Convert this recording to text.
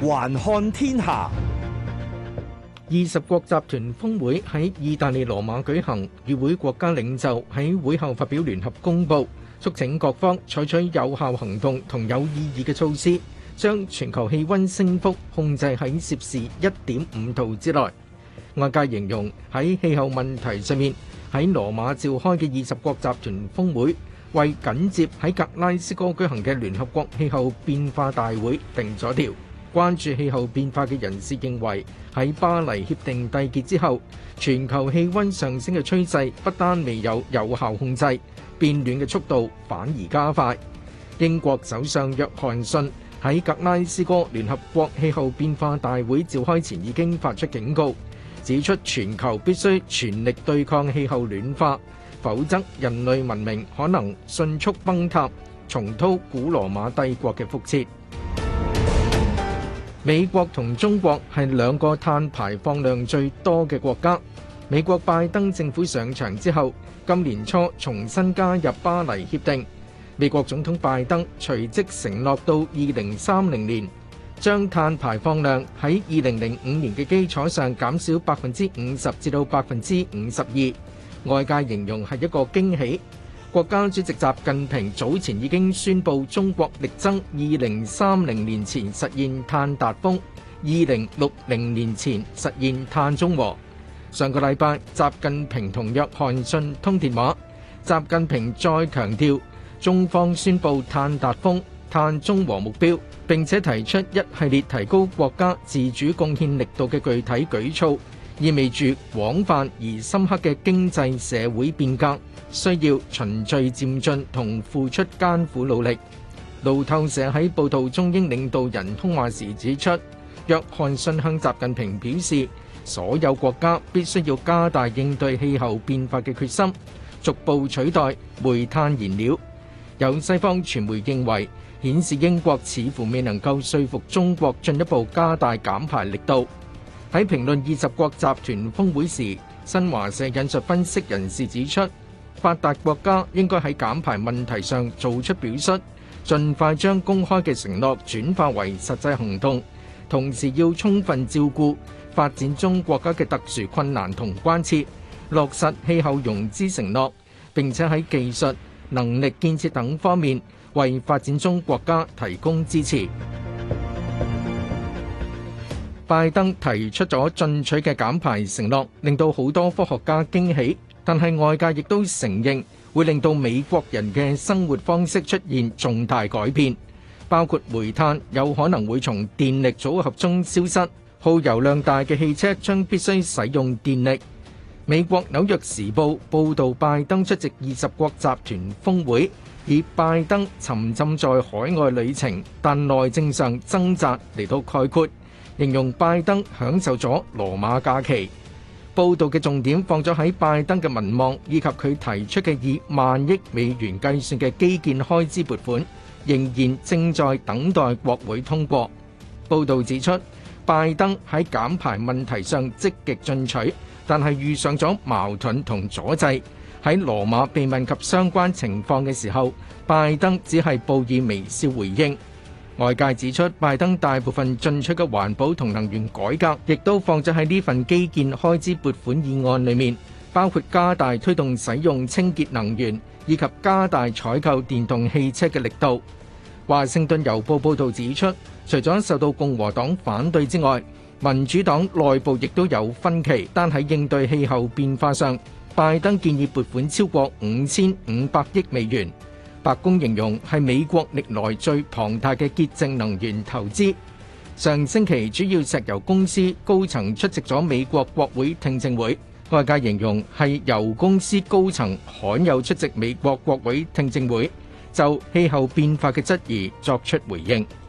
環看天下，20國集團峰會喺意大利羅馬舉行，與會國家領袖喺會後發表聯合公報，促請各方採取有效行動同有意義嘅措施，將全球氣溫升幅控制喺攝氏1.5度之內。外界形容喺氣候問題上面，喺羅馬召開嘅20國集團峰會，為緊接喺格拉斯哥舉行嘅聯合國氣候變化大會定咗調。關注氣候變化嘅人士認為，喺巴黎協定締結之後，全球氣溫上升嘅趨勢不單未有有效控制，變暖嘅速度反而加快。英國首相約翰遜喺格拉斯哥聯合國氣候變化大會召開前已經發出警告，指出全球必須全力對抗氣候暖化，否則人類文明可能迅速崩塌，重蹈古羅馬帝國嘅覆轍。美國同中國係兩個碳排放量最多嘅國家。美國拜登政府上場之後，今年初重新加入巴黎協定。美國總統拜登隨即承諾到2030年，將碳排放量喺2005年嘅基礎上減少50%至到52%。外界形容係一個驚喜。國家主席習近平早前已經宣布，中國力爭2030年前實現碳達峰，2060年前實現碳中和。上個禮拜，習近平同約翰遜通電話，習近平再強調中方宣布碳達峰、碳中和目標，並且提出一系列提高國家自主貢獻力度嘅具體舉措，意味住廣泛而深刻嘅經濟社會變革需要循序漸進同付出艱苦努力。路透社喺報導中英領導人通話時指出，約翰遜向習近平表示，所有國家必須要加大應對氣候變化嘅決心，逐步取代煤炭燃料。有西方傳媒認為，顯示英國似乎未能夠說服中國進一步加大減排力度。喺評論20國集團峰會時，新華社引述分析人士指出，發達國家應該喺減排問題上做出表率，盡快將公開嘅承諾轉化為實際行動，同時要充分照顧發展中國家嘅特殊困難同關切，落實氣候融資承諾，並且喺技術、能力建設等方面為發展中國家提供支持。拜登提出咗進取嘅減排承諾，令到好多科學家驚喜，但係外界亦都承認會令到美國人嘅生活方式出現重大改變，包括煤炭有可能會從電力組合中消失，耗油量大嘅汽車將必須使用電力。美國紐約時報報導拜登出席20國集團峰會，以拜登沉浸在海外旅程但內政上掙扎嚟到概括，形容拜登享受咗羅馬假期。報導嘅重點放咗喺拜登嘅民望，以及佢提出嘅以萬億美元計算嘅基建開支撥款，仍然正在等待國會通過。報導指出，拜登喺減排問題上積極進取，但係遇上咗矛盾同阻滯。喺羅馬被問及相關情況嘅時候，拜登只係報以微笑回應。外界指出，拜登大部分進取嘅環保同能源改革，亦都放咗喺呢份基建開支撥款議案裏面，包括加大推動使用清潔能源，以及加大採購電動汽車嘅力度。華盛頓郵報報導指出，除咗受到共和黨反對之外，民主黨內部亦都有分歧，但喺應對氣候變化上，拜登建議撥款超過5500億美元。白宮形容係美國歷來最龐大嘅潔淨能源投資。上星期主要石油公司高層出席咗美國國會聽證會，外界形容係油公司高層罕有出席美國國會聽證會，就氣候變化嘅質疑作出回應。